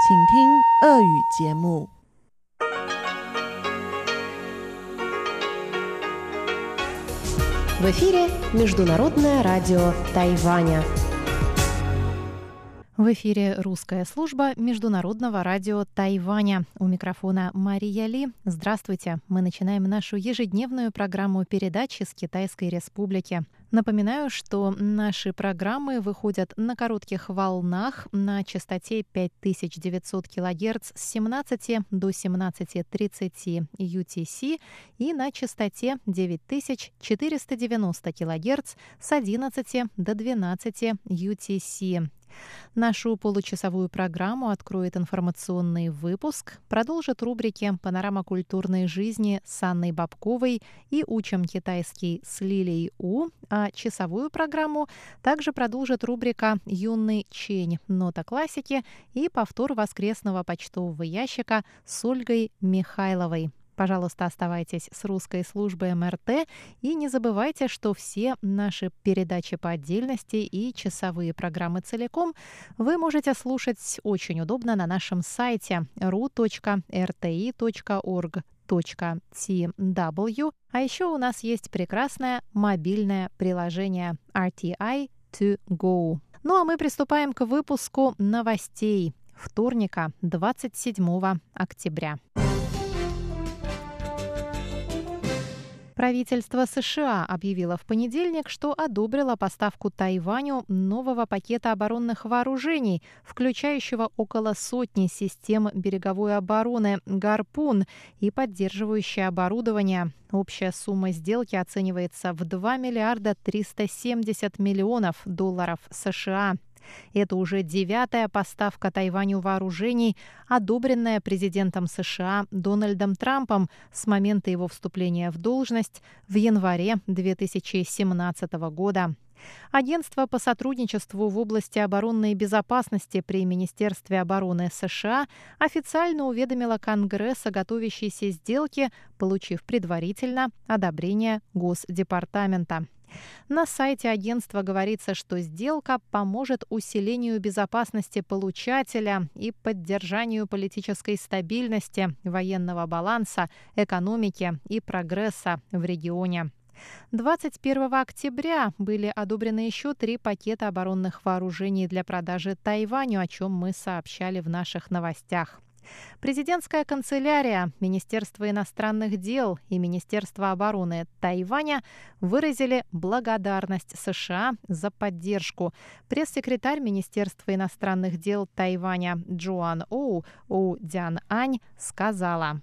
请听俄语节目。 В эфире Международное радио Тайваня. В эфире русская служба Международного радио Тайваня. У микрофона Мария Ли. Здравствуйте. Мы начинаем нашу ежедневную программу передачи с Китайской Республики. Напоминаю, что наши программы выходят на коротких волнах на частоте 5900 кГц с 17 до 17:30 UTC и на частоте 9490 кГц с 11 до 12 UTC. Нашу получасовую программу откроет информационный выпуск, продолжит рубрики «Панорама культурной жизни» с Анной Бабковой и «Учим китайский» с Лилией У, а часовую программу также продолжит рубрика «Юный Чень. Нота классики» и повтор воскресного почтового ящика с Ольгой Михайловой. Пожалуйста, оставайтесь с русской службой МРТ и не забывайте, что все наши передачи по отдельности и часовые программы целиком вы можете слушать очень удобно на нашем сайте ru.rti.org.tw. А еще у нас есть прекрасное мобильное приложение RTI To Go. Ну а мы приступаем к выпуску новостей вторника, 27 октября. Правительство США объявило в понедельник, что одобрило поставку Тайваню нового пакета оборонных вооружений, включающего около сотни систем береговой обороны «Гарпун» и поддерживающее оборудование. Общая сумма сделки оценивается в 2 миллиарда 370 миллионов долларов США. Это уже 9-я поставка Тайваню вооружений, одобренная президентом США Дональдом Трампом с момента его вступления в должность в январе 2017 года. Агентство по сотрудничеству в области оборонной безопасности при Министерстве обороны США официально уведомило Конгресс о готовящейся сделке, получив предварительно одобрение Госдепартамента. На сайте агентства говорится, что сделка поможет усилению безопасности получателя и поддержанию политической стабильности, военного баланса, экономики и прогресса в регионе. 21 октября были одобрены еще 3 пакета оборонных вооружений для продажи Тайваню, о чем мы сообщали в наших новостях. Президентская канцелярия, Министерство иностранных дел и Министерство обороны Тайваня выразили благодарность США за поддержку. Пресс-секретарь Министерства иностранных дел Тайваня Джоан Оу Дян Ань сказала: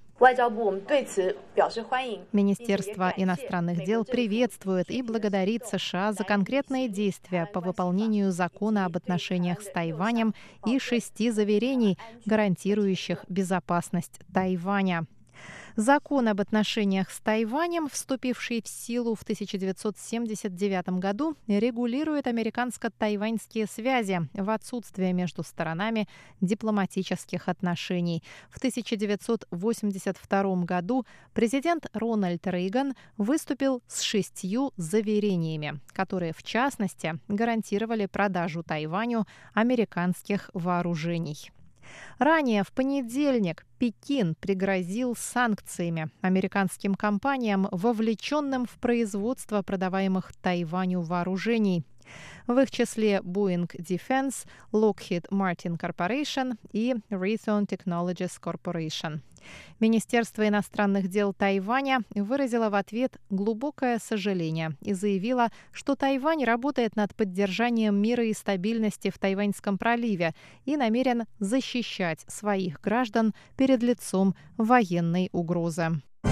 Министерство иностранных дел приветствует и благодарит США за конкретные действия по выполнению закона об отношениях с Тайванем и 6 заверений, гарантирующих безопасность Тайваня. Закон об отношениях с Тайванем, вступивший в силу в 1979 году, регулирует американско-тайваньские связи в отсутствие между сторонами дипломатических отношений. В 1982 году президент Рональд Рейган выступил с 6 заверениями, которые, в частности, гарантировали продажу Тайваню американских вооружений. Ранее, в понедельник, Пекин пригрозил санкциями американским компаниям, вовлеченным в производство продаваемых Тайваню вооружений. В их числе Boeing Defense, Lockheed Martin Corporation и Raytheon Technologies Corporation. Министерство иностранных дел Тайваня выразило в ответ глубокое сожаление и заявило, что Тайвань работает над поддержанием мира и стабильности в Тайваньском проливе и намерен защищать своих граждан перед лицом военной угрозы.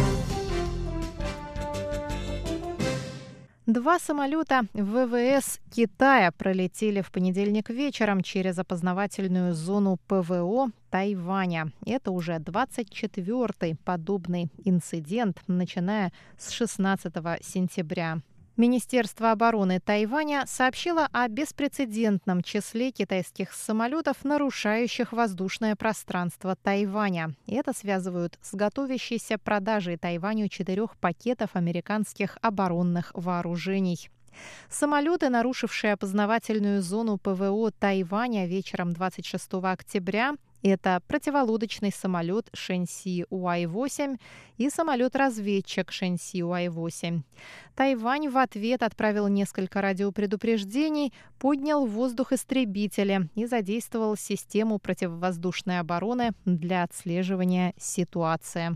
2 самолета ВВС Китая пролетели в понедельник вечером через опознавательную зону ПВО Тайваня. Это уже 24-й подобный инцидент, начиная с 16 сентября. Министерство обороны Тайваня сообщило о беспрецедентном числе китайских самолетов, нарушающих воздушное пространство Тайваня. Это связывают с готовящейся продажей Тайваню 4 пакетов американских оборонных вооружений. Самолеты, нарушившие опознавательную зону ПВО Тайваня вечером 26 октября, Это противолодочный самолет Шэньси Уай-8 и самолет-разведчик Шэньси Уай-8. Тайвань в ответ отправил несколько радиопредупреждений, поднял в воздух истребители и задействовал систему противовоздушной обороны для отслеживания ситуации.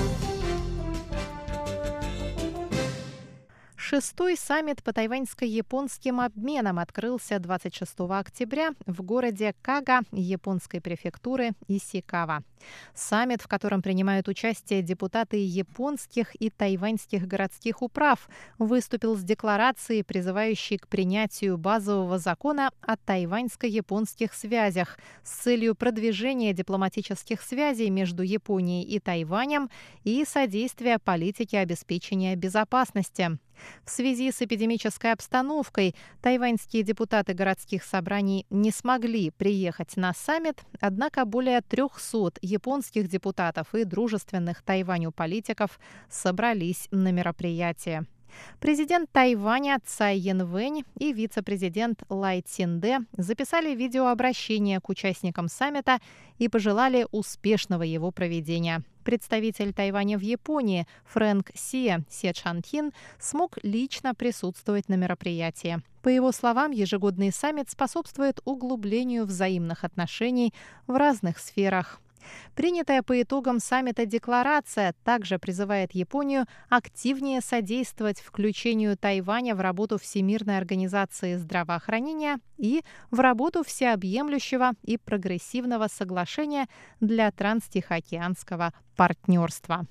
Шестой саммит по тайваньско-японским обменам открылся 26 октября в городе Кага японской префектуры Исикава. Саммит, в котором принимают участие депутаты японских и тайваньских городских управ, выступил с декларацией, призывающей к принятию базового закона о тайваньско-японских связях с целью продвижения дипломатических связей между Японией и Тайванем и содействия политике обеспечения безопасности. В связи с эпидемической обстановкой тайваньские депутаты городских собраний не смогли приехать на саммит, однако более 300 японских депутатов и дружественных Тайваню политиков собрались на мероприятие. Президент Тайваня Цай Янвэнь и вице-президент Лай Цинде записали видеообращение к участникам саммита и пожелали успешного его проведения. Представитель Тайваня в Японии Фрэнк Се Чантин смог лично присутствовать на мероприятии. По его словам, ежегодный саммит способствует углублению взаимных отношений в разных сферах. Принятая по итогам саммита декларация также призывает Японию активнее содействовать включению Тайваня в работу Всемирной организации здравоохранения и в работу всеобъемлющего и прогрессивного соглашения для транстихоокеанского партнерства.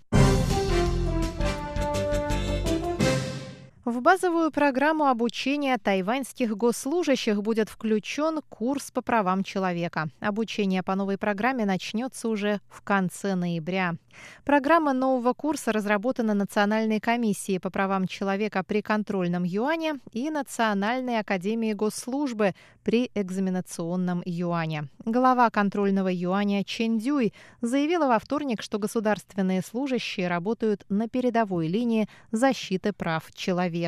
В базовую программу обучения тайваньских госслужащих будет включен курс по правам человека. Обучение по новой программе начнется уже в конце ноября. Программа нового курса разработана Национальной комиссией по правам человека при контрольном юане и Национальной академией госслужбы при экзаменационном юане. Глава контрольного юаня Чен Дюй заявила во вторник, что государственные служащие работают на передовой линии защиты прав человека.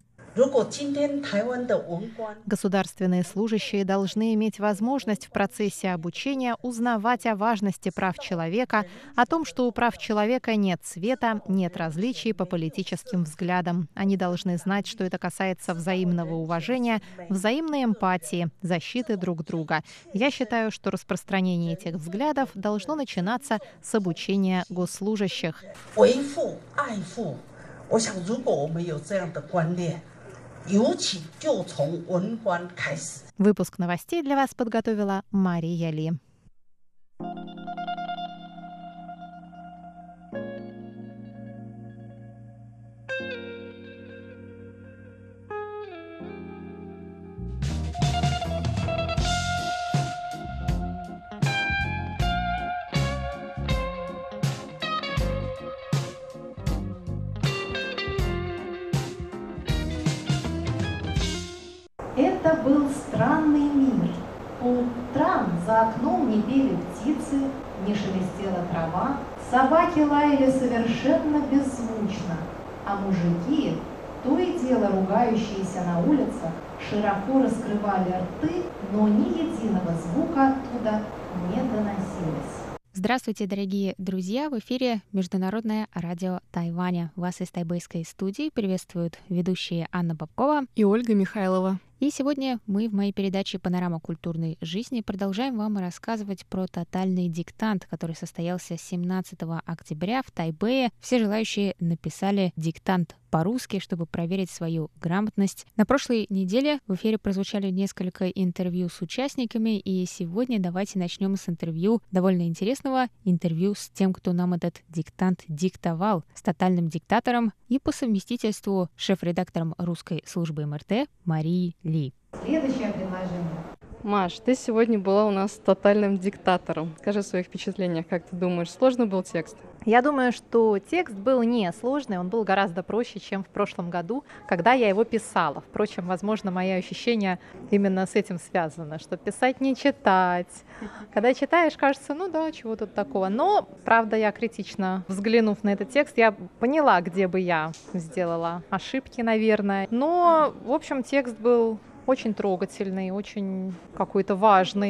Государственные служащие должны иметь возможность в процессе обучения узнавать о важности прав человека, о том, что у прав человека нет цвета, нет различий по политическим взглядам. Они должны знать, что это касается взаимного уважения, взаимной эмпатии, защиты друг друга. Я считаю, что распространение этих взглядов должно начинаться с обучения госслужащих. Выпуск новостей для вас подготовила Мария Ли. Это был странный мир. По утрам за окном не пели птицы, не шелестела трава, собаки лаяли совершенно беззвучно, а мужики, то и дело ругающиеся на улицах, широко раскрывали рты, но ни единого звука оттуда не доносилось. Здравствуйте, дорогие друзья! В эфире Международное радио Тайваня. Вас из тайбэйской студии приветствуют ведущие Анна Бабкова и Ольга Михайлова. И сегодня мы в моей передаче «Панорама культурной жизни» продолжаем вам рассказывать про тотальный диктант, который состоялся 17 октября в Тайбэе. Все желающие написали диктант по-русски, чтобы проверить свою грамотность. На прошлой неделе в эфире прозвучали несколько интервью с участниками, и сегодня давайте начнем с интервью, довольно интересного интервью с тем, кто нам этот диктант диктовал, с тотальным диктатором и по совместительству шеф-редактором русской службы МРТ Марией Ли. Следующее предложение. Маш, ты сегодня была у нас тотальным диктатором. Скажи о своих впечатлениях, как ты думаешь, сложный был текст? Я думаю, что текст был не сложный, он был гораздо проще, чем в прошлом году, когда я его писала. Впрочем, возможно, мои ощущения именно с этим связаны, что писать не читать. Когда читаешь, кажется, ну да, чего тут такого. Но, правда, я критично взглянув на этот текст, я поняла, где бы я сделала ошибки, наверное. Но, в общем, текст был очень трогательный, очень какой-то важный.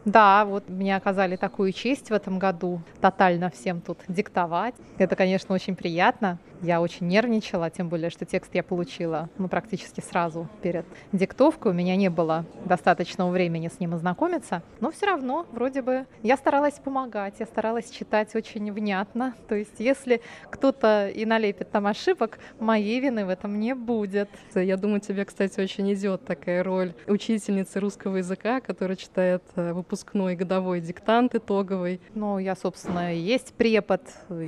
Да, вот мне оказали такую честь в этом году, тотально всем тут диктовать. Это, конечно, очень приятно. Я очень нервничала, тем более, что текст я получила практически сразу перед диктовкой. У меня не было достаточного времени с ним ознакомиться, но все равно вроде бы я старалась помогать, я старалась читать очень внятно. То есть если кто-то и налепит там ошибок, моей вины в этом не будет. Я думаю, тебе, кстати, очень идет такая роль учительницы русского языка, которая читает выпускной годовой диктант итоговый. Ну, я, собственно, и есть препод.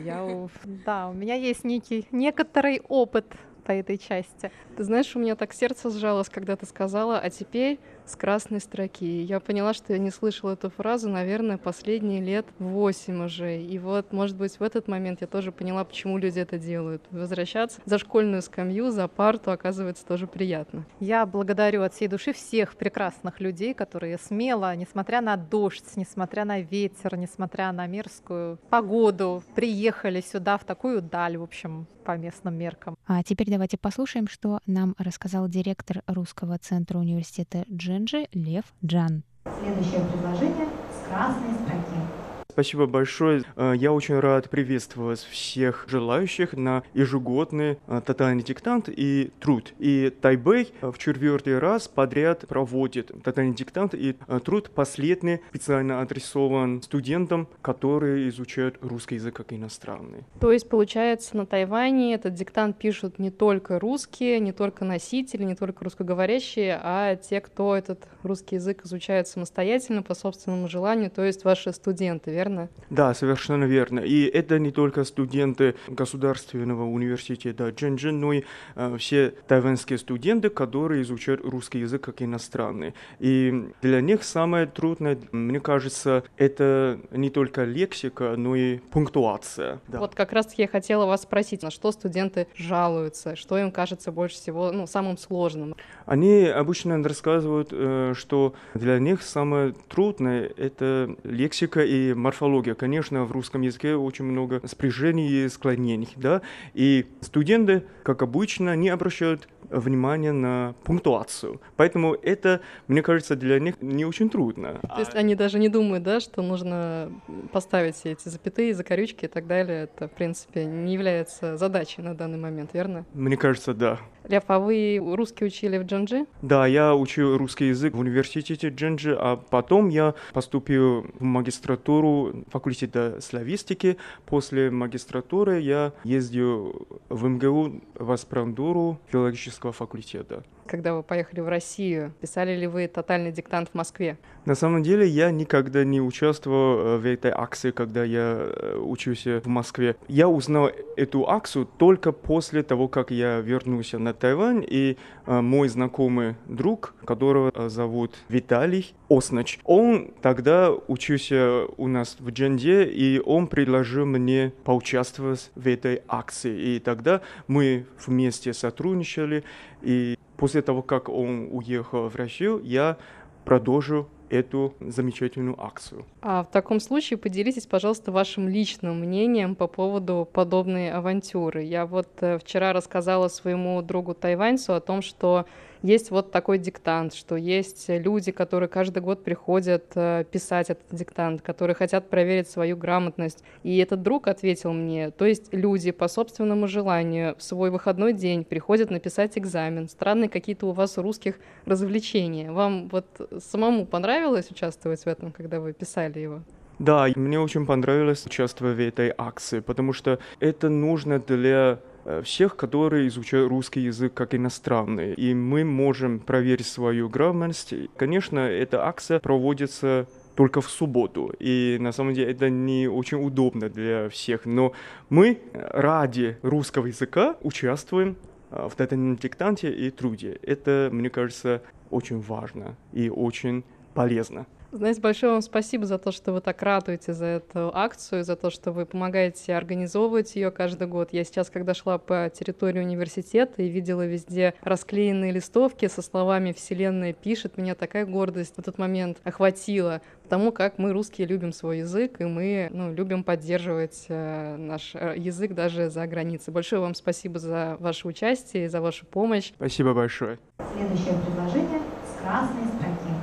Да, у меня есть некоторый опыт по этой части. Ты знаешь, у меня так сердце сжалось, когда ты сказала, а теперь с красной строки. Я поняла, что я не слышала эту фразу, наверное, последние лет 8 уже. И вот, может быть, в этот момент я тоже поняла, почему люди это делают. Возвращаться за школьную скамью, за парту, оказывается, тоже приятно. Я благодарю от всей души всех прекрасных людей, которые смело, несмотря на дождь, несмотря на ветер, несмотря на мерзкую погоду, приехали сюда в такую даль, в общем, по местным меркам. А теперь давайте послушаем, что нам рассказал директор Русского центра университета Дженджи Лев Джан. Следующее предложение с красной строки. Спасибо большое. Я очень рад приветствовать всех желающих на ежегодный тотальный диктант и труд. И Тайбэй в 4-й раз подряд проводит тотальный диктант и труд последний специально адресован студентам, которые изучают русский язык как иностранный. То есть, получается, на Тайване этот диктант пишут не только русские, не только носители, не только русскоговорящие, а те, кто этот русский язык изучает самостоятельно по собственному желанию, то есть ваши студенты, верно? Да, совершенно верно. И это не только студенты Государственного университета Дженджи, но и все тайваньские студенты, которые изучают русский язык как иностранный. И для них самое трудное, мне кажется, это не только лексика, но и пунктуация. Да. Вот как раз-таки я хотела вас спросить, на что студенты жалуются, что им кажется больше всего самым сложным? Они обычно рассказывают, что для них самое трудное — это лексика и морфология. Конечно, в русском языке очень много спряжений и склонений, да, и студенты, как обычно, не обращают внимания на пунктуацию. Поэтому это, мне кажется, для них не очень трудно. То есть они даже не думают, да, что нужно поставить все эти запятые, закорючки и так далее. Это, в принципе, не является задачей на данный момент, верно? Мне кажется, да. Лев, а вы русский учили в Дженджи? Да, я учил русский язык в университете Дженджи, а потом я поступил в магистратуру факультета славистики. После магистратуры я ездил в МГУ в аспирантуру филологического факультета. Когда вы поехали в Россию, писали ли вы тотальный диктант в Москве? На самом деле я никогда не участвовал в этой акции, когда я учился в Москве. Я узнал эту акцию только после того, как я вернулся на Тайвань, и мой знакомый друг, которого зовут Виталий Оснач, он тогда учился у нас в Дженде, и он предложил мне поучаствовать в этой акции. И тогда мы вместе сотрудничали, и после того, как он уехал в Россию, я продолжил эту замечательную акцию. А в таком случае поделитесь, пожалуйста, вашим личным мнением по поводу подобной авантюры. Я вот вчера рассказала своему другу тайваньцу о том, что есть вот такой диктант, что есть люди, которые каждый год приходят писать этот диктант, которые хотят проверить свою грамотность. И этот друг ответил мне, то есть люди по собственному желанию в свой выходной день приходят написать экзамен. Странные какие-то у вас русских развлечения. Вам вот самому понравилось участвовать в этом, когда вы писали его? Да, мне очень понравилось участвовать в этой акции, потому что это нужно для всех, которые изучают русский язык как иностранный. И мы можем проверить свою грамотность. Конечно, эта акция проводится только в субботу. И на самом деле это не очень удобно для всех. Но мы ради русского языка участвуем в тотальном диктанте и труде. Это, мне кажется, очень важно и очень полезно. Знаете, большое вам спасибо за то, что вы так ратуете за эту акцию, за то, что вы помогаете организовывать ее каждый год. Я сейчас, когда шла по территории университета и видела везде расклеенные листовки со словами «Вселенная пишет», меня такая гордость в этот момент охватила, потому как мы, русские, любим свой язык, и мы любим поддерживать наш язык даже за границей. Большое вам спасибо за ваше участие и за вашу помощь. Спасибо большое. Следующее предложение с красной строки.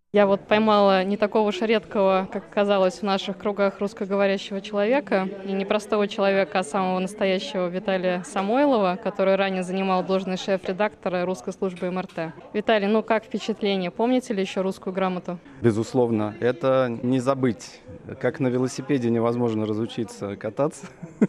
Я вот поймала не такого уж редкого, как казалось в наших кругах, русскоговорящего человека, и не простого человека, а самого настоящего Виталия Самойлова, который ранее занимал должность шеф-редактора русской службы МРТ. Виталий, ну как впечатление? Помните ли еще русскую грамоту? Безусловно, это не забыть. Как на велосипеде невозможно разучиться кататься.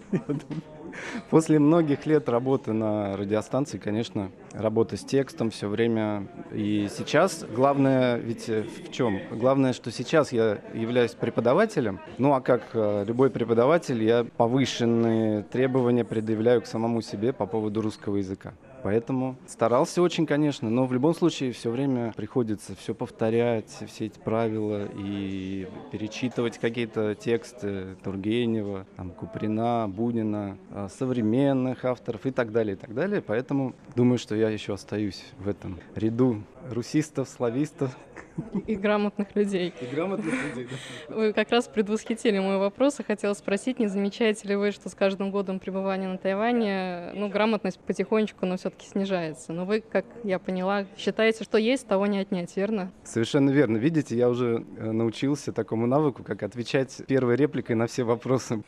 После многих лет работы на радиостанции, конечно, работа с текстом все время. И сейчас главное ведь в чем? Главное, что сейчас я являюсь преподавателем. Ну а как любой преподаватель, я повышенные требования предъявляю к самому себе по поводу русского языка. Поэтому старался очень, конечно, но в любом случае все время приходится все повторять, все эти правила и перечитывать какие-то тексты Тургенева, там, Куприна, Бунина, современных авторов и так далее, и так далее. Поэтому думаю, что я еще остаюсь в этом ряду русистов, славистов. И грамотных людей. И грамотных людей, да. Вы как раз предвосхитили мой вопрос и хотела спросить, не замечаете ли вы, что с каждым годом пребывания на Тайване, грамотность потихонечку, но все-таки снижается. Но вы, как я поняла, считаете, что есть, того не отнять, верно? Совершенно верно. Видите, я уже научился такому навыку, как отвечать первой репликой на все вопросы.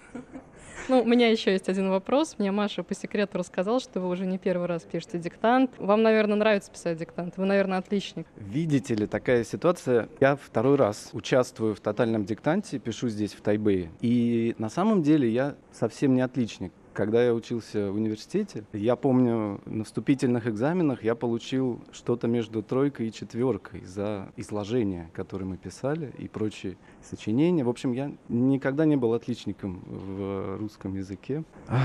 У меня еще есть один вопрос. Мне Маша по секрету рассказала, что вы уже не первый раз пишете диктант. Вам, наверное, нравится писать диктант. Вы, наверное, отличник. Видите ли, такая ситуация. Я второй раз участвую в тотальном диктанте, пишу здесь, в Тайбэе. И на самом деле я совсем не отличник. Когда я учился в университете, я помню, на вступительных экзаменах я получил что-то между 3 и 4 за изложения, которые мы писали, и прочие сочинения. В общем, я никогда не был отличником в русском языке.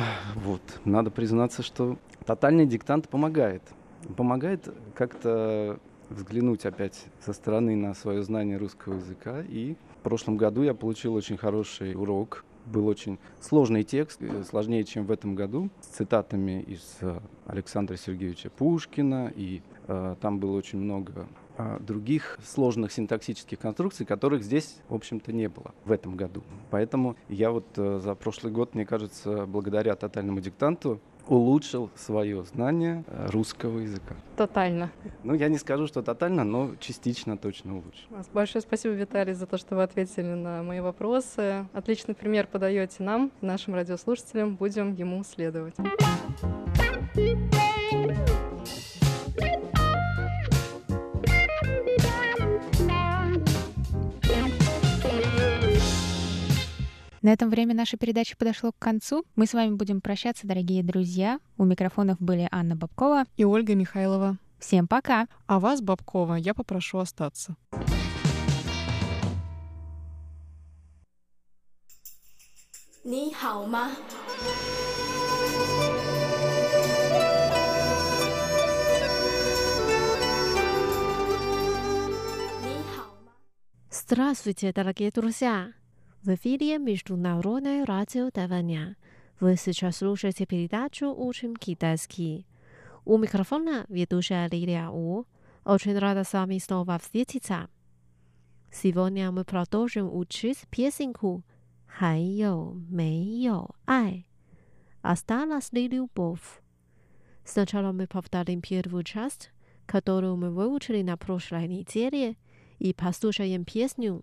Надо признаться, что тотальный диктант помогает. Помогает как-то взглянуть опять со стороны на свое знание русского языка. И в прошлом году я получил очень хороший урок. Был очень сложный текст, сложнее, чем в этом году, с цитатами из Александра Сергеевича Пушкина, и там было очень много других сложных синтаксических конструкций, которых здесь, в общем-то, не было в этом году. Поэтому я за прошлый год, мне кажется, благодаря тотальному диктанту улучшил свое знание русского языка. Тотально. Я не скажу, что тотально, но частично точно улучшил. Большое спасибо, Виталий, за то, что вы ответили на мои вопросы. Отличный пример подаете нам, нашим радиослушателям. Будем ему следовать. На этом время нашей передачи подошло к концу. Мы с вами будем прощаться, дорогие друзья. У микрофонов были Анна Бабкова и Ольга Михайлова. Всем пока! А вас, Бабкова, я попрошу остаться. Ни хао ма? Здравствуйте, дорогие друзья! В эфире Международное радио Тайваня. Вы сейчас слушаете передачу «Учим китайский». У микрофона ведущая Лилия У. Очень рада с вами снова встретиться. Сегодня мы продолжим учить песенку «Хай йоу мэй йоу ай». Осталась ли любовь? Сначала мы повторим первую часть, которую мы выучили на прошлой неделе, и послушаем песню.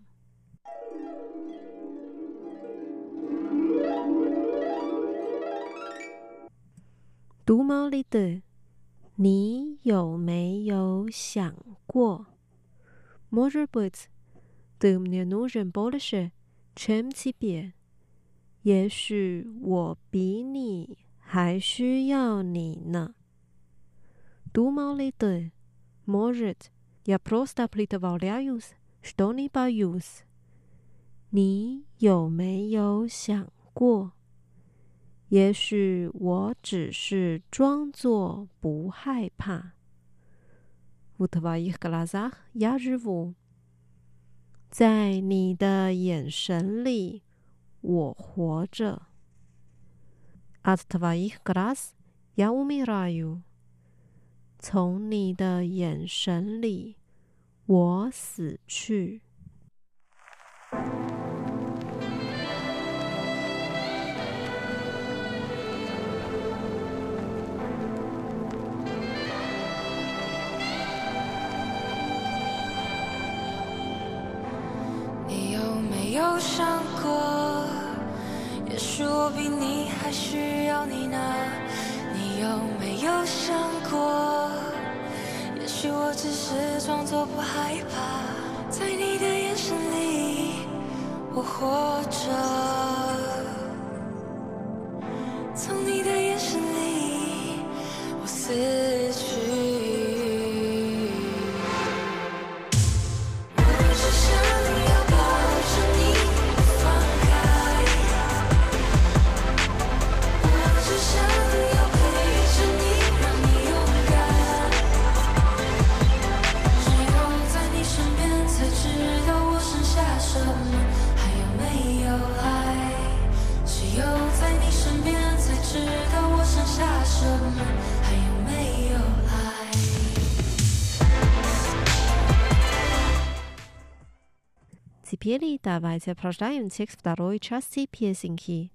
Думал ли ты, 你有没有想过 Может быть, ты мне нужен больше, чем тебе. 也许我比你还需要你呢 Думал ли ты, может, я просто притворяюсь, что не боюсь. 你有没有想过也许我只是装作不害怕。В твоих глазах я живу， 在你的眼神里我活着。От твоих глаз я умираю， 从你的眼神里我死去。 也许我比你还需要你呢，你有没有想过？也许我只是装作不害怕，在你的眼神里我活着，从你的眼神里我死去。 Теперь давайте прочитаем текст второй части песенки.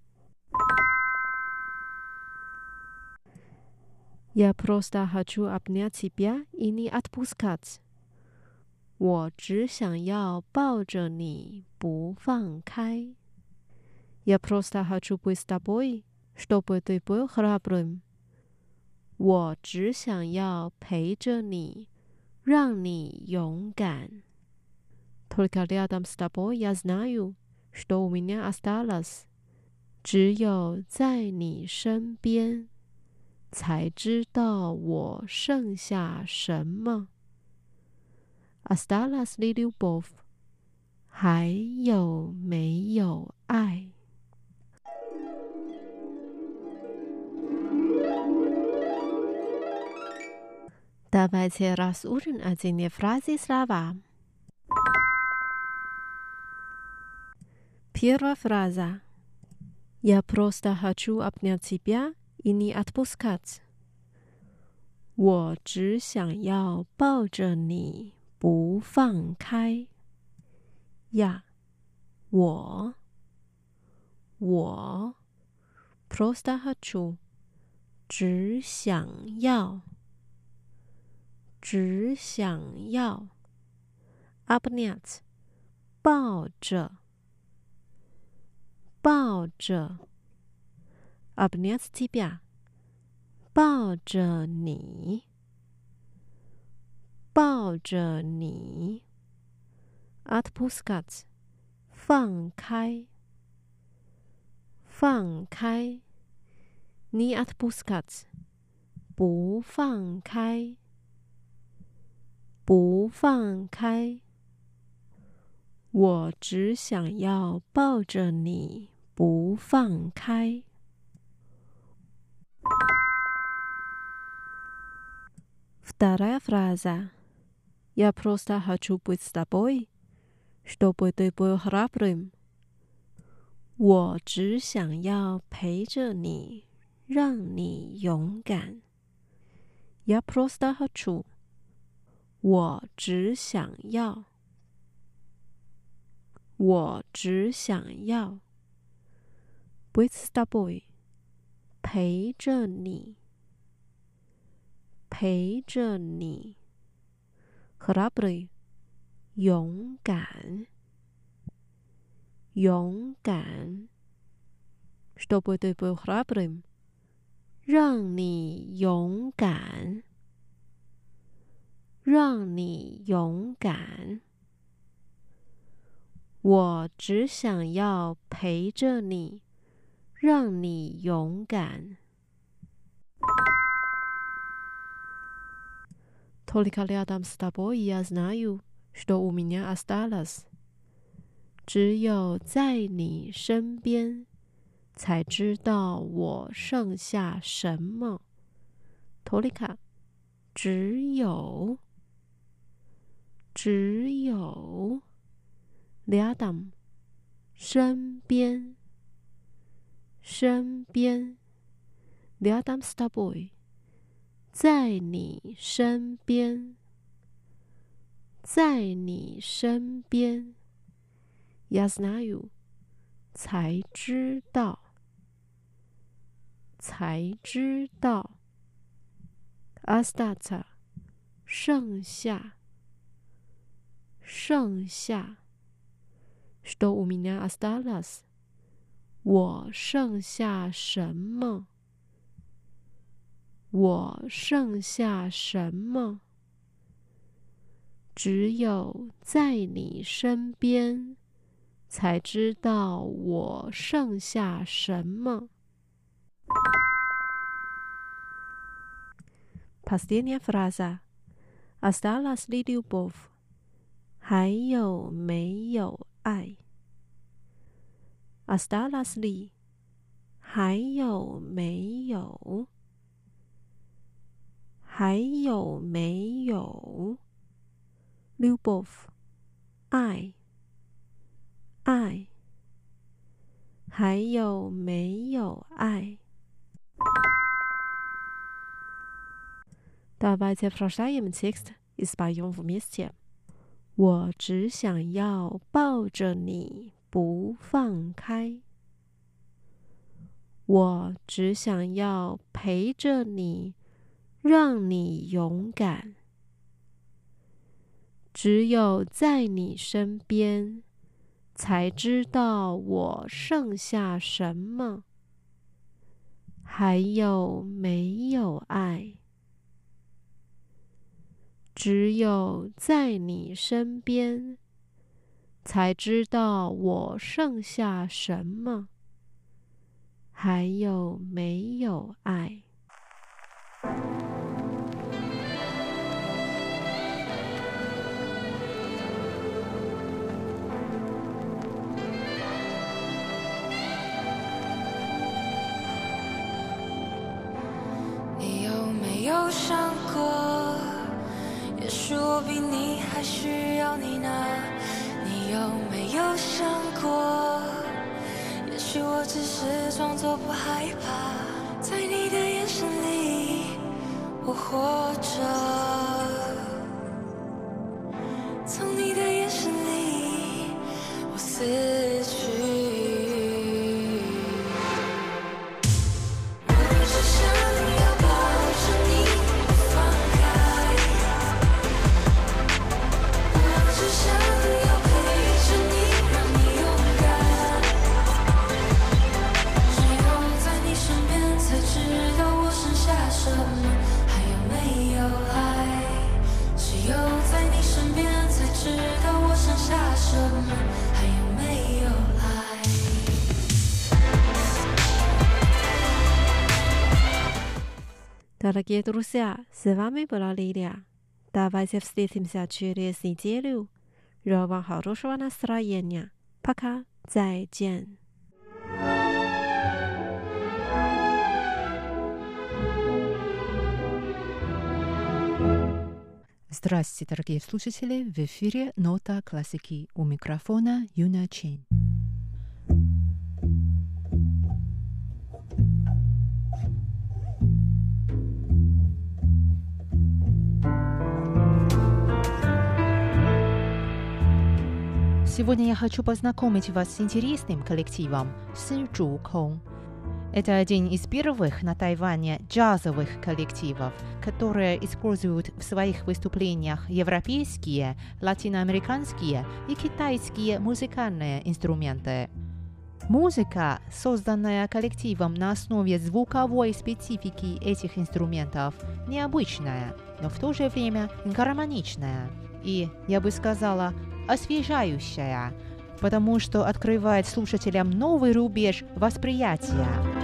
Я просто хочу обнять тебя и не отпускать. 我只想要抱着你不放开。Я просто хочу быть с тобой, чтобы ты был храбрым. 我只想要陪着你，让你勇敢。Только рядом с тобой я знаю, что у меня осталось. 只有在你身边，才知道我剩下什么。Осталась ли любовь? 还有没有爱？Давайте разучим отдельные фразы и слова. Первая фраза. Я просто хочу обнять тебя и не отпускать. 我只想要抱着你不放开。Я. 我 Просто хочу. 只想要。Обнять. 抱着。Обнять тебя. 抱着你。Отпускать. 放开。Не отпускать. 不放开。我只想要抱着你不放开。Вторая фраза. Я просто хочу быть с тобой, чтобы ты был храбрым. 我只想要陪着你，让你勇敢。Я просто хочу. 我只想要。Быть с тобой. 陪着你。Храбрый. 勇敢。Чтобы ты был храбрым. 让你勇敢。我只想要陪着你，让你勇敢。Только рядом с тобой я знаю, что у меня осталось. 只有在你身边，才知道我剩下什么。Только 只有。Рядом 身边。Рядом с тобой 在你身边。Я знаю 才知道。Остаться 剩下。Что у меня осталось? 我剩下什么？我剩下什么？只有在你身边，才知道我剩下什么。Последняя фраза. Осталась ли любовь? 还有没有爱 ？Осталась ли? 还有没有？还有没有 ？Любовь. 爱，爱。还有没有爱？ Давайте прочитаем текст и споем вместе. 我只想要抱着你不放开，我只想要陪着你，让你勇敢。只有在你身边，才知道我剩下什么。还有没有爱？只有在你身边，才知道我剩下什么。还有没有爱？ 你有没有想过？也许我比你还需要你呢。你有没有想过？也许我只是装作不害怕，在你的眼神里，我活着。从你的眼神里，我死去。 Дорогие друзья, с вами была Лилия. Давайте встретимся через неделю. Желаю вам хорошего настроения. Пока. 再见. Здравствуйте, дорогие слушатели! В эфире «Нота классики». У микрофона Юна Чен. Сегодня я хочу познакомить вас с интересным коллективом Сычжукong. Это один из первых на Тайване джазовых коллективов, которые используют в своих выступлениях европейские, латиноамериканские и китайские музыкальные инструменты. Музыка, созданная коллективом на основе звуковой специфики этих инструментов, необычная, но в то же время гармоничная и, я бы сказала, освежающая, потому что открывает слушателям новый рубеж восприятия.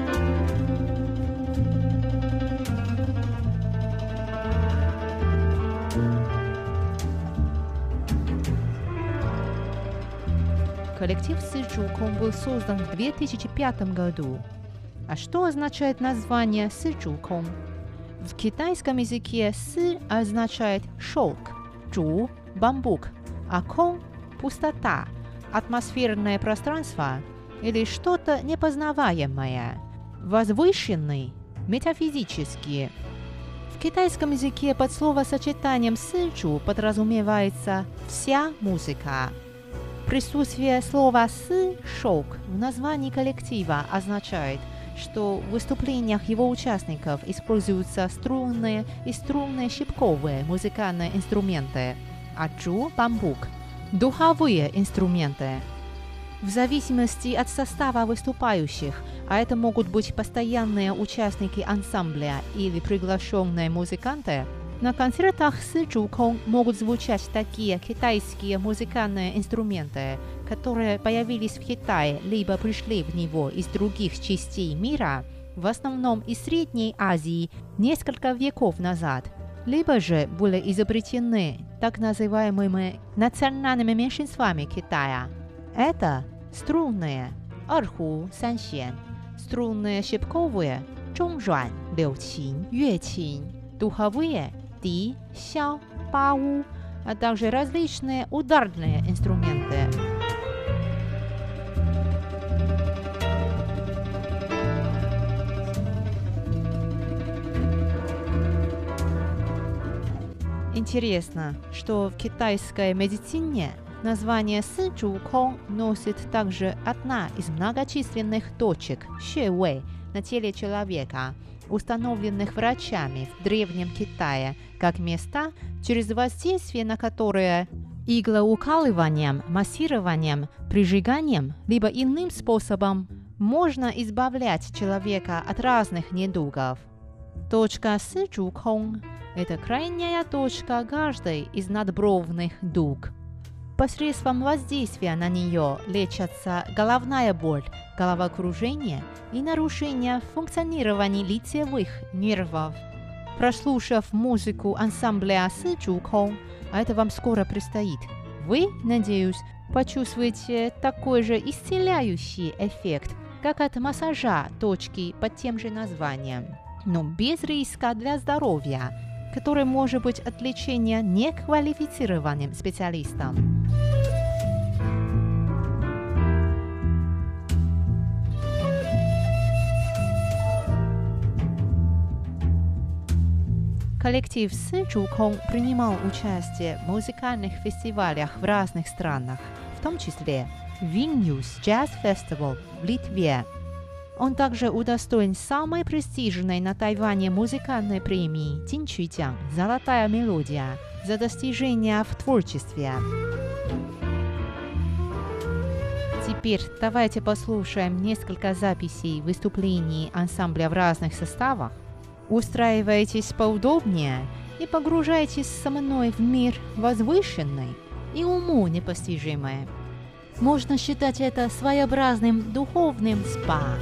Коллектив Сычжукong был создан в 2005 году. А что означает название Сычжукong? В китайском языке «сы» означает «шелк», «чу» – «бамбук», а «кong» – «пустота», атмосферное пространство или что-то непознаваемое, возвышенный, метафизический. В китайском языке под словосочетанием «сычу» подразумевается вся музыка. Присутствие слова «сы» – «шелк» в названии коллектива означает, что в выступлениях его участников используются струнные и струнно-щипковые музыкальные инструменты, а «чу» – «бамбук», духовые инструменты. В зависимости от состава выступающих, а это могут быть постоянные участники ансамбля или приглашенные музыканты, на концертах с Чжукong могут звучать такие китайские музыкальные инструменты, которые появились в Китае либо пришли в него из других частей мира, в основном из Средней Азии, несколько веков назад, либо же были изобретены так называемыми национальными меньшинствами Китая. Это струнные эрху санxian, струнные щипковые чжунжуан леучин, юэчин, духовые ди, сяо, пау, а также различные ударные инструменты. Интересно, что в китайской медицине название Сычжукong носит также одна из многочисленных точек Xuewei на теле человека, установленных врачами в Древнем Китае, как места, через воздействие на которые иглоукалыванием, массированием, прижиганием, либо иным способом можно избавлять человека от разных недугов. Точка Сычжукong – это крайняя точка каждой из надбровных дуг. Посредством воздействия на нее лечатся головная боль, головокружение и нарушение функционирования лицевых нервов. Прослушав музыку ансамбля Сычжукong, а это вам скоро предстоит, вы, надеюсь, почувствуете такой же исцеляющий эффект, как от массажа точки под тем же названием, но без риска для здоровья, который может быть от лечения неквалифицированным специалистом. Коллектив Сычжукong принимал участие в музыкальных фестивалях в разных странах, в том числе Vilnius Jazz Festival в Литве. Он также удостоен самой престижной на Тайване музыкальной премии Динчжуйцзян «Золотая мелодия» за достижения в творчестве. Теперь давайте послушаем несколько записей выступлений ансамбля в разных составах. Устраивайтесь поудобнее и погружайтесь со мной в мир возвышенный и уму непостижимый. Можно считать это своеобразным духовным спа.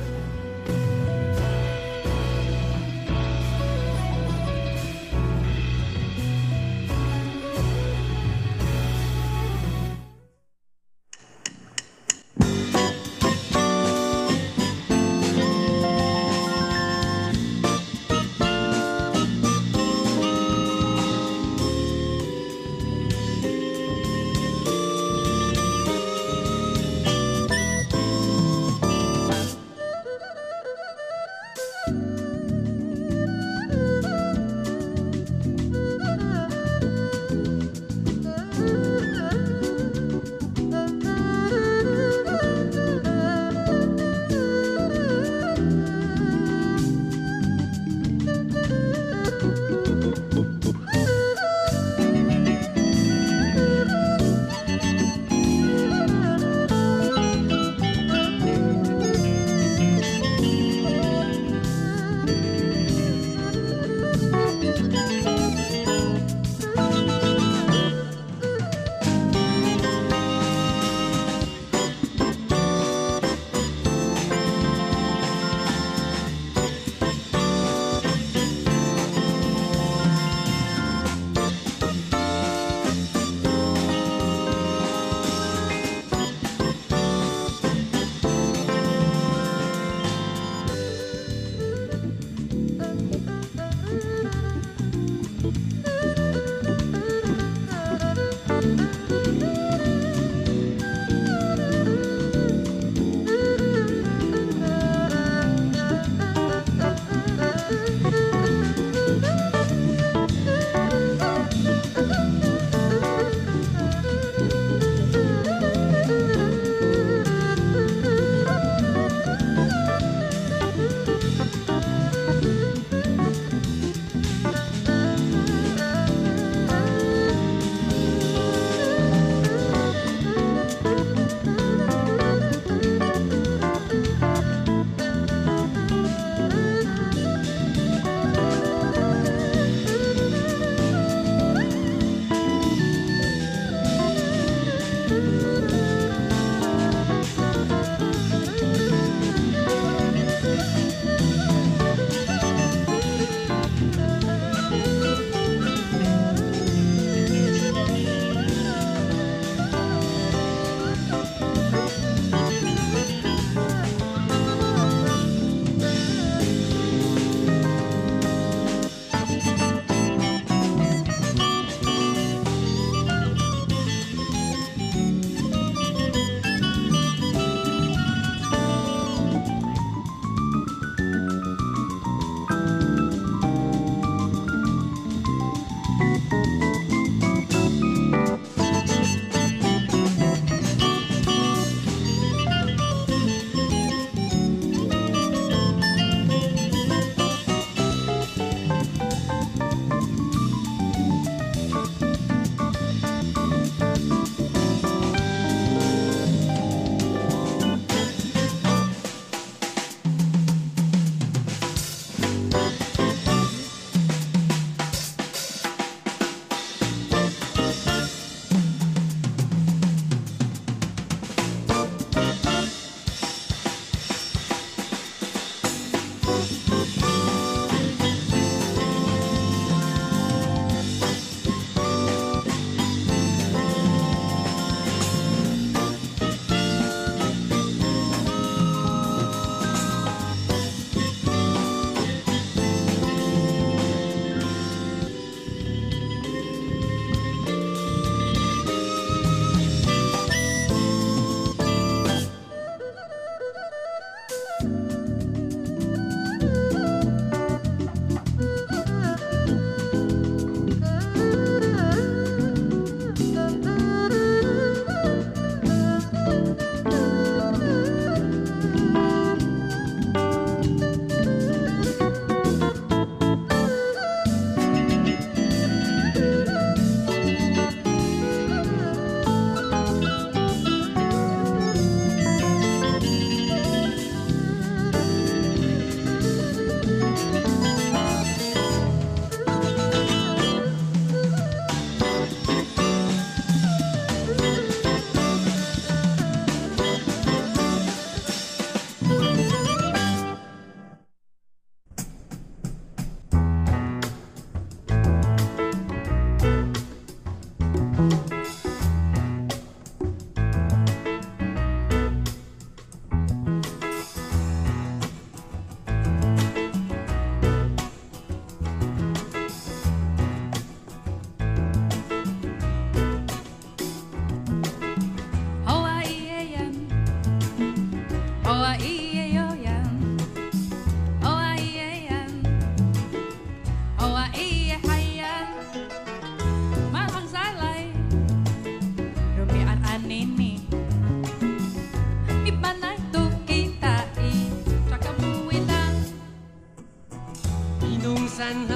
山河，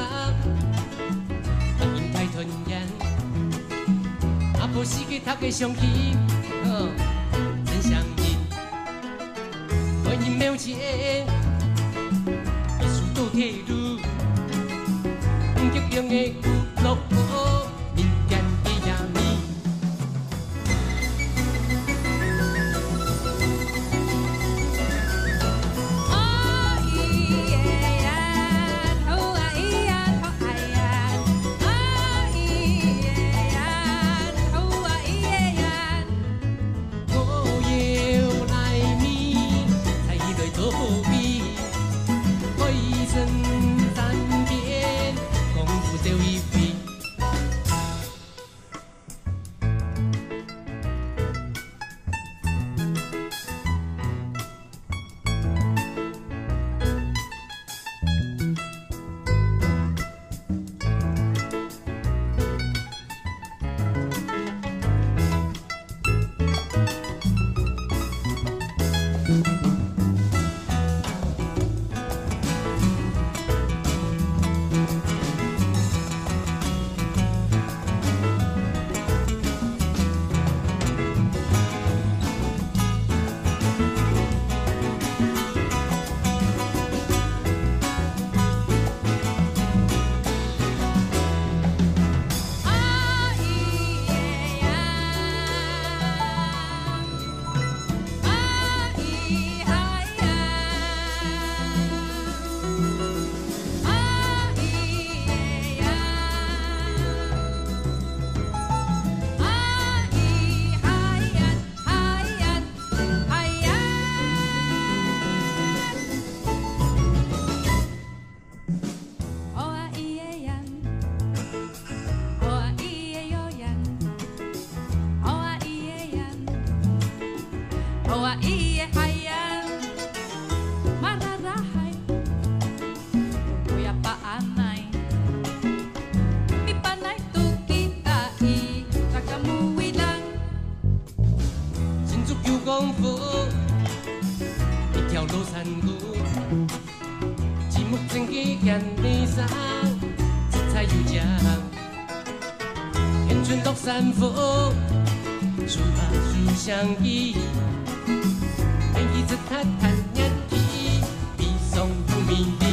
云彩团圆，阿婆世界头家相起，真相应，我因没有钱，艺术都铁路，激动的古老歌，民间的夜暝。功夫，一条罗山谷，积木真给见你上，出彩有奖，天春落山风，树啊树相依，天一直谈谈年纪，比松不迷离。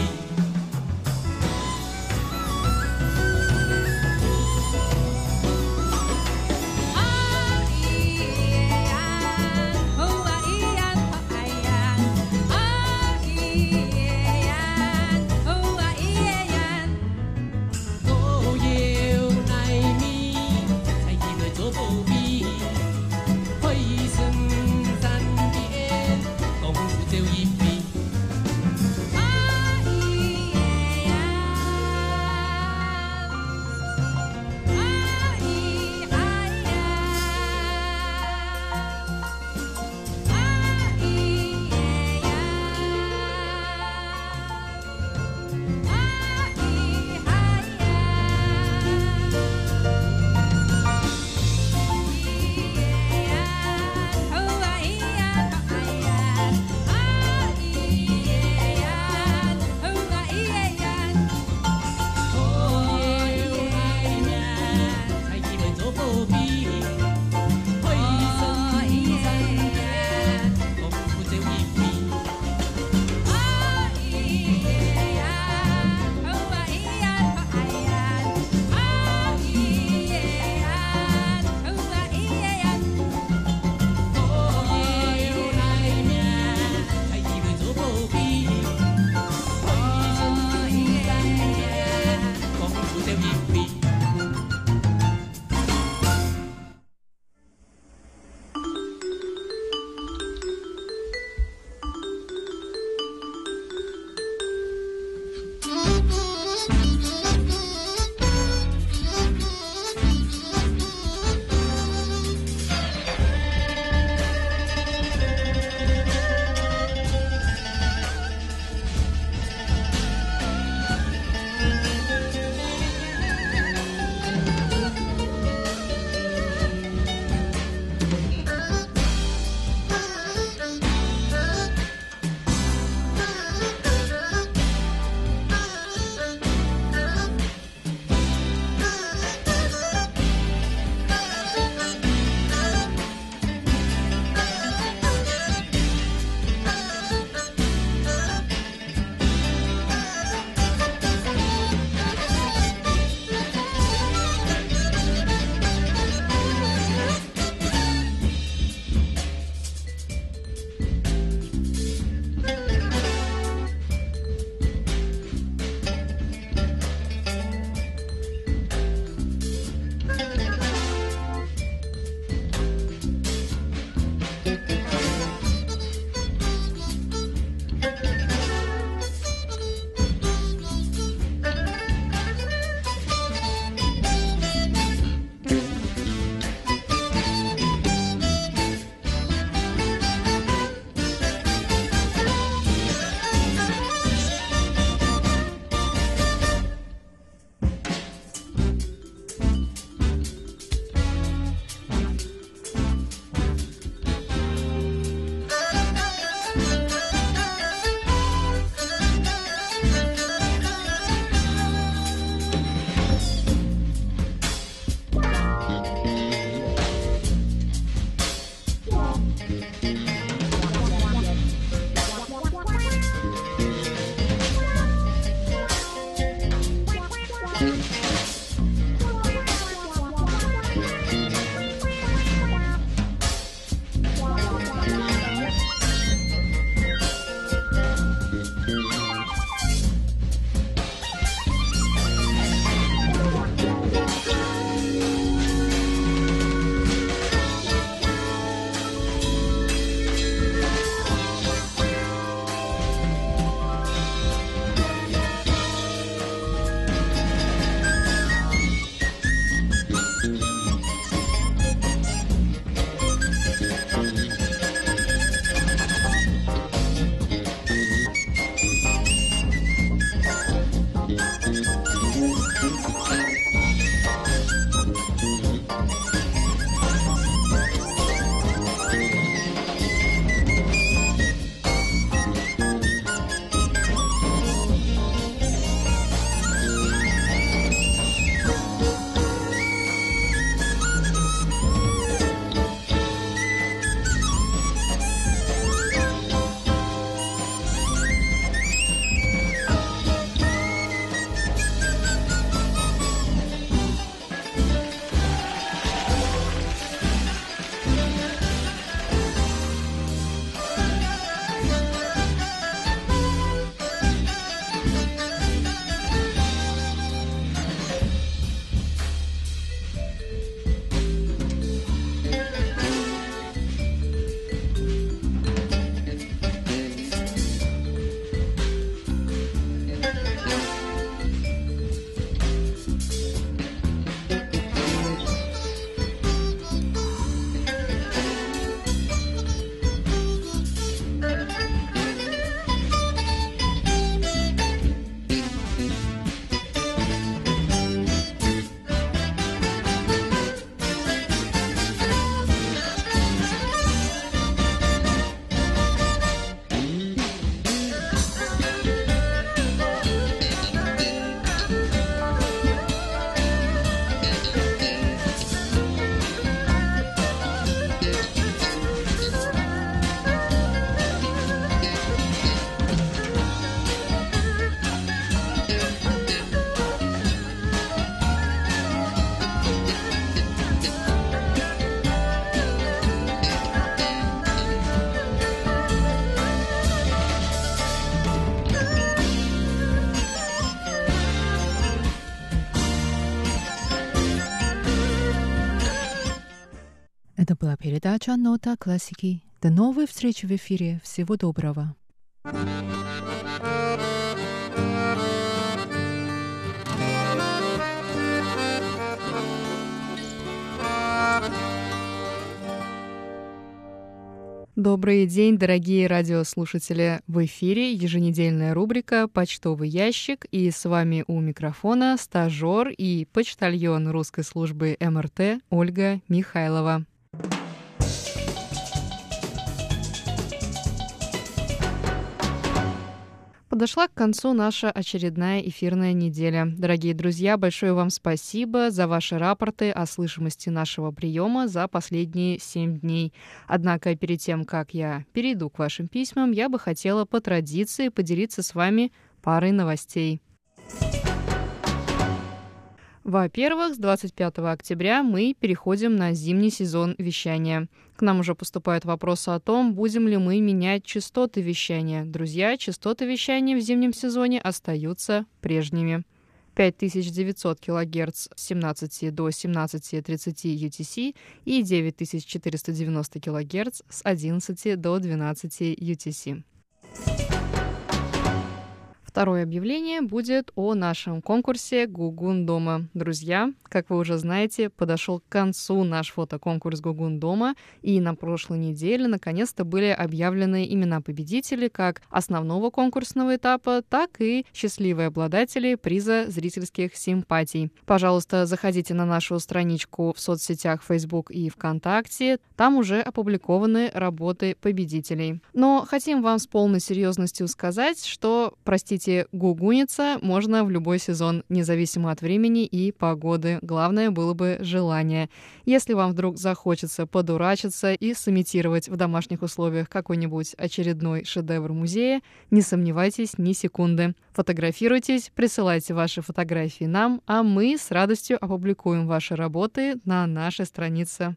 Это была передача «Нота классики». До новой встречи в эфире. Всего доброго. Добрый день, дорогие радиослушатели! В эфире еженедельная рубрика «Почтовый ящик», и с вами у микрофона стажер и почтальон русской службы МРТ Ольга Михайлова. Подошла к концу наша очередная эфирная неделя. Дорогие друзья, большое вам спасибо за ваши рапорты о слышимости нашего приема за последние 7 дней. Однако перед тем, как я перейду к вашим письмам, я бы хотела по традиции поделиться с вами парой новостей. Во-первых, с 25 октября мы переходим на зимний сезон вещания. К нам уже поступают вопросы о том, будем ли мы менять частоты вещания. Друзья, частоты вещания в зимнем сезоне остаются прежними. 5900 кГц с 17 до 17:30 UTC и 9490 кГц с 11 до 12 UTC. Второе объявление будет о нашем конкурсе «Гугун дома». Друзья, как вы уже знаете, подошел к концу наш фотоконкурс «Гугун дома», и на прошлой неделе наконец-то были объявлены имена победителей как основного конкурсного этапа, так и счастливые обладатели приза зрительских симпатий. Пожалуйста, заходите на нашу страничку в соцсетях Facebook и ВКонтакте, там уже опубликованы работы победителей. Но хотим вам с полной серьезностью сказать, что, простите, гугуниться можно в любой сезон, независимо от времени и погоды. Главное было бы желание. Если вам вдруг захочется подурачиться и сымитировать в домашних условиях какой-нибудь очередной шедевр музея, не сомневайтесь ни секунды. Фотографируйтесь, присылайте ваши фотографии нам, а мы с радостью опубликуем ваши работы на нашей странице.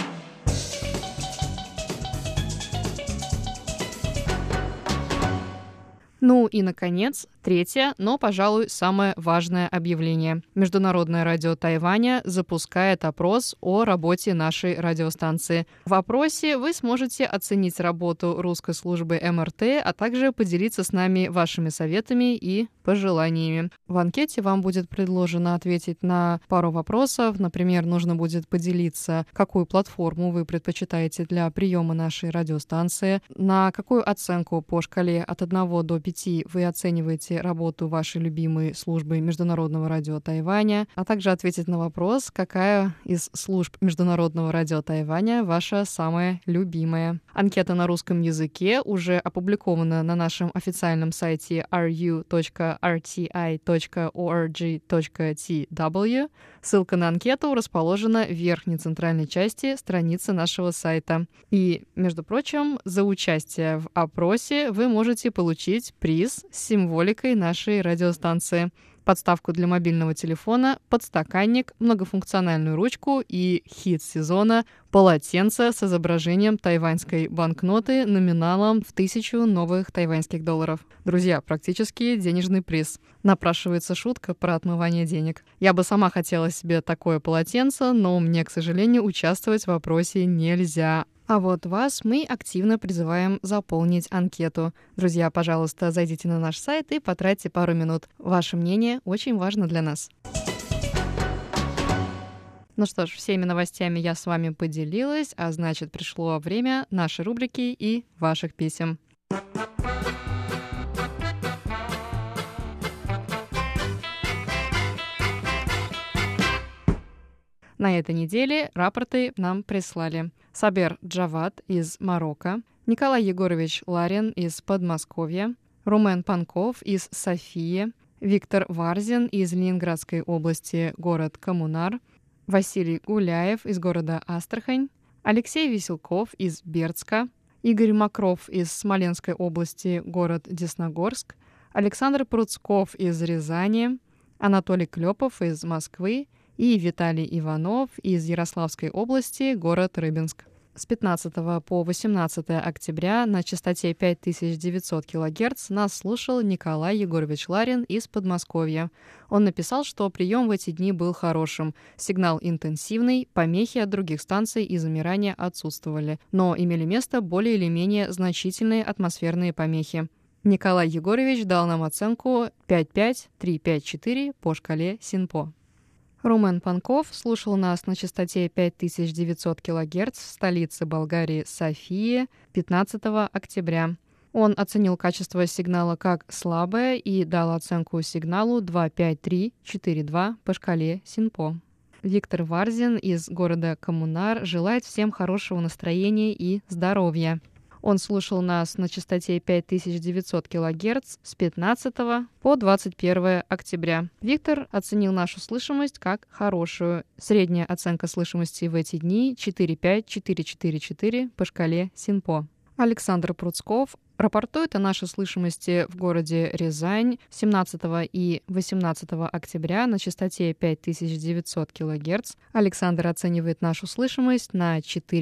Ну и, наконец, третье, но, пожалуй, самое важное объявление. Международное радио Тайваня запускает опрос о работе нашей радиостанции. В опросе вы сможете оценить работу русской службы МРТ, а также поделиться с нами вашими советами и пожеланиями. В анкете вам будет предложено ответить на пару вопросов. Например, нужно будет поделиться, какую платформу вы предпочитаете для приема нашей радиостанции, на какую оценку по шкале от 1 до 5 вы оцениваете работу вашей любимой службы Международного радио Тайваня, а также ответить на вопрос, какая из служб Международного радио Тайваня ваша самая любимая. Анкета на русском языке уже опубликована на нашем официальном сайте ru.rti.org.tw. Ссылка на анкету расположена в верхней центральной части страницы нашего сайта. И, между прочим, за участие в опросе вы можете получить приз с символикой нашей радиостанции. Подставку для мобильного телефона, подстаканник, многофункциональную ручку и хит сезона — полотенце с изображением тайваньской банкноты номиналом в 1000 новых тайваньских долларов. Друзья, практически денежный приз. Напрашивается шутка про отмывание денег. Я бы сама хотела себе такое полотенце, но мне, к сожалению, участвовать в опросе нельзя. А вот вас мы активно призываем заполнить анкету. Друзья, пожалуйста, зайдите на наш сайт и потратьте пару минут. Ваше мнение очень важно для нас. Ну что ж, всеми новостями я с вами поделилась, а значит, пришло время нашей рубрики и ваших писем. На этой неделе рапорты нам прислали Сабер Джавад из Марокко, Николай Егорович Ларин из Подмосковья, Румен Панков из Софии, Виктор Варзин из Ленинградской области, город Коммунар, Василий Гуляев из города Астрахань, Алексей Веселков из Бердска, Игорь Макров из Смоленской области, город Десногорск, Александр Пруцков из Рязани, Анатолий Клепов из Москвы и Виталий Иванов из Ярославской области, город Рыбинск. С 15 по 18 октября на частоте 5900 кГц нас слушал Николай Егорович Ларин из Подмосковья. Он написал, что прием в эти дни был хорошим. Сигнал интенсивный, помехи от других станций и замирания отсутствовали, но имели место более или менее значительные атмосферные помехи. Николай Егорович дал нам оценку 5,5-3,5,4 по шкале СИНПО. Румен Панков слушал нас на частоте 5900 кГц в столице Болгарии Софии 15 октября. Он оценил качество сигнала как слабое и дал оценку сигналу 2,5,3,4,2 по шкале СИНПО. Виктор Варзин из города Коммунар желает всем хорошего настроения и здоровья. Он слушал нас на частоте 5900 кГц с 15 по 21 октября. Виктор оценил нашу слышимость как хорошую. Средняя оценка слышимости в эти дни 4,5-4,4,4 по шкале СИНПО. Александр Пруцков рапортует о нашей слышимости в городе Рязань 17 и 18 октября на частоте 5900 кГц. Александр оценивает нашу слышимость на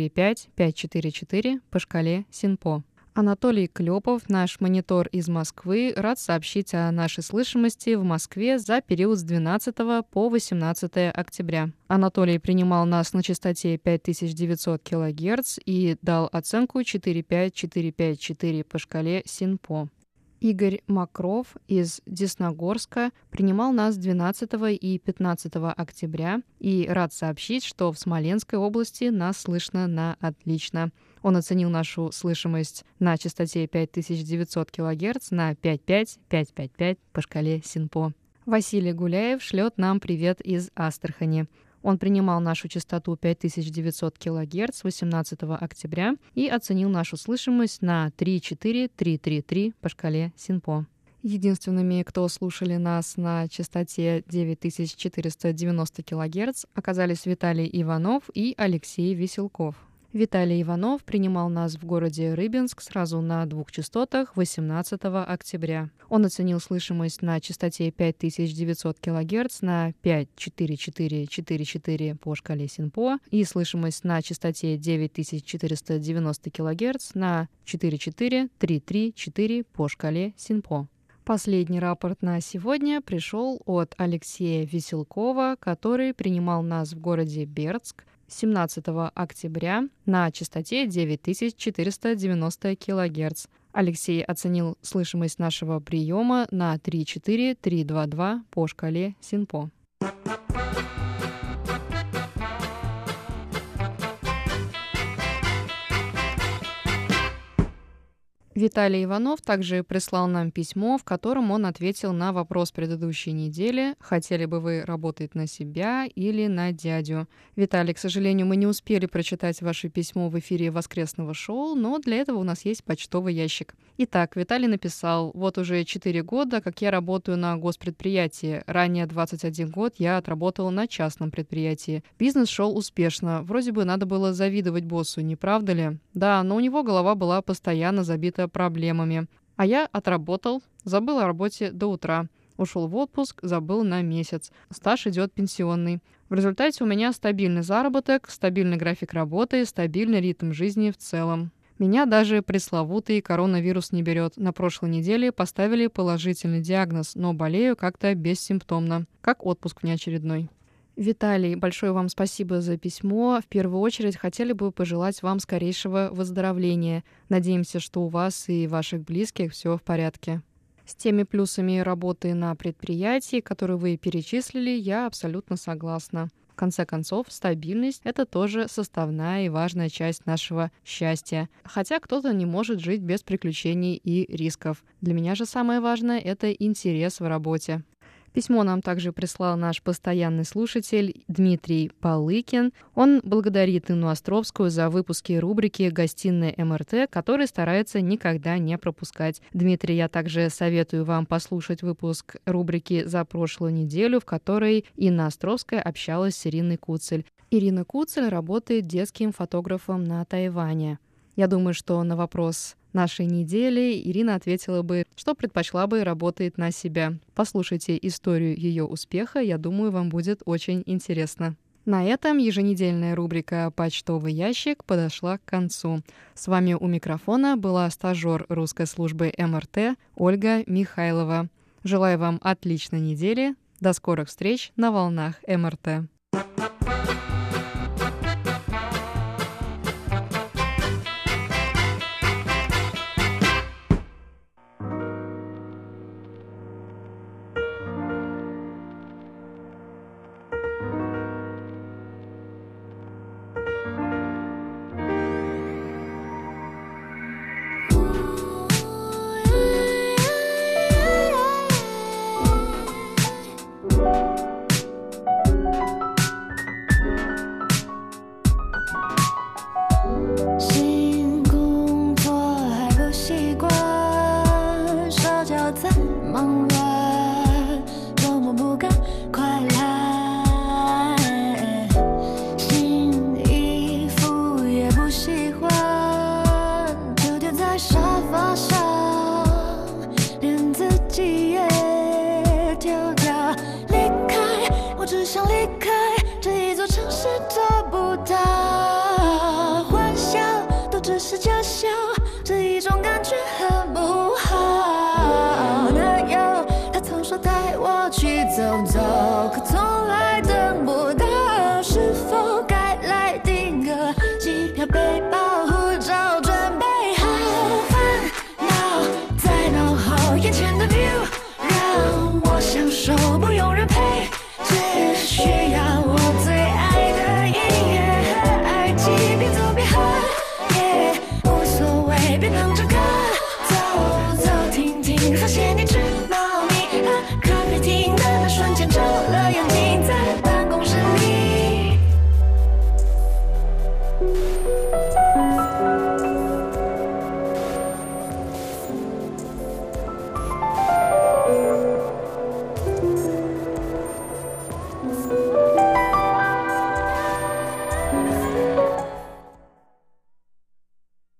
4,5-5,4,4 по шкале СИНПО. Анатолий Клепов, наш монитор из Москвы, рад сообщить о нашей слышимости в Москве за период с 12 по 18 октября. Анатолий принимал нас на частоте 5900 кГц и дал оценку 4,5-4,5,4 по шкале СИНПО. Игорь Макров из Десногорска принимал нас 12 и 15 октября и рад сообщить, что в Смоленской области нас слышно на отлично. Он оценил нашу слышимость на частоте 5900 кГц на 5,5-5,5,5 по шкале СИНПО. Василий Гуляев шлет нам привет из Астрахани. Он принимал нашу частоту 5900 кГц 18 октября и оценил нашу слышимость на 3,4-3,3,3 по шкале СИНПО. Единственными, кто слушали нас на частоте 9490 кГц, оказались Виталий Иванов и Алексей Веселков. Виталий Иванов принимал нас в городе Рыбинск сразу на двух частотах 18 октября. Он оценил слышимость на частоте 5900 кГц на 5,4,4,4,4 по шкале СИНПО и слышимость на частоте 9490 кГц на 4,4,3,3,4 по шкале СИНПО. Последний рапорт на сегодня пришел от Алексея Веселкова, который принимал нас в городе Бердск 17 октября на частоте 9490 кГц. Алексей оценил слышимость нашего приема на 3,4-3,2,2 по шкале СИНПО. Виталий Иванов также прислал нам письмо, в котором он ответил на вопрос предыдущей недели: хотели бы вы работать на себя или на дядю? Виталий, к сожалению, мы не успели прочитать ваше письмо в эфире воскресного шоу, но для этого у нас есть почтовый ящик. Итак, Виталий написал: вот уже 4 года, как я работаю на госпредприятии. Ранее 21 год я отработал на частном предприятии. Бизнес шел успешно. Вроде бы надо было завидовать боссу, не правда ли? Да, но у него голова была постоянно забита проблемами. А я отработал, забыл о работе до утра. Ушел в отпуск, забыл на месяц. Стаж идет пенсионный. В результате у меня стабильный заработок, стабильный график работы, стабильный ритм жизни в целом. Меня даже пресловутый коронавирус не берет. На прошлой неделе поставили положительный диагноз, но болею как-то бессимптомно, как отпуск внеочередной. Виталий, большое вам спасибо за письмо. В первую очередь хотели бы пожелать вам скорейшего выздоровления. Надеемся, что у вас и ваших близких все в порядке. С теми плюсами работы на предприятии, которые вы перечислили, я абсолютно согласна. В конце концов, стабильность — это тоже составная и важная часть нашего счастья. Хотя кто-то не может жить без приключений и рисков. Для меня же самое важное — это интерес в работе. Письмо нам также прислал наш постоянный слушатель Дмитрий Полыкин. Он благодарит Инну Островскую за выпуски рубрики «Гостиная МРТ», которые старается никогда не пропускать. Дмитрий, я также советую вам послушать выпуск рубрики за прошлую неделю, в которой Инна Островская общалась с Ириной Куцель. Ирина Куцель работает детским фотографом на Тайване. Я думаю, что на вопрос нашей недели Ирина ответила бы, что предпочла бы работать на себя. Послушайте историю ее успеха, я думаю, вам будет очень интересно. На этом еженедельная рубрика «Почтовый ящик» подошла к концу. С вами у микрофона была стажер русской службы МРТ Ольга Михайлова. Желаю вам отличной недели. До скорых встреч на волнах МРТ. 走走。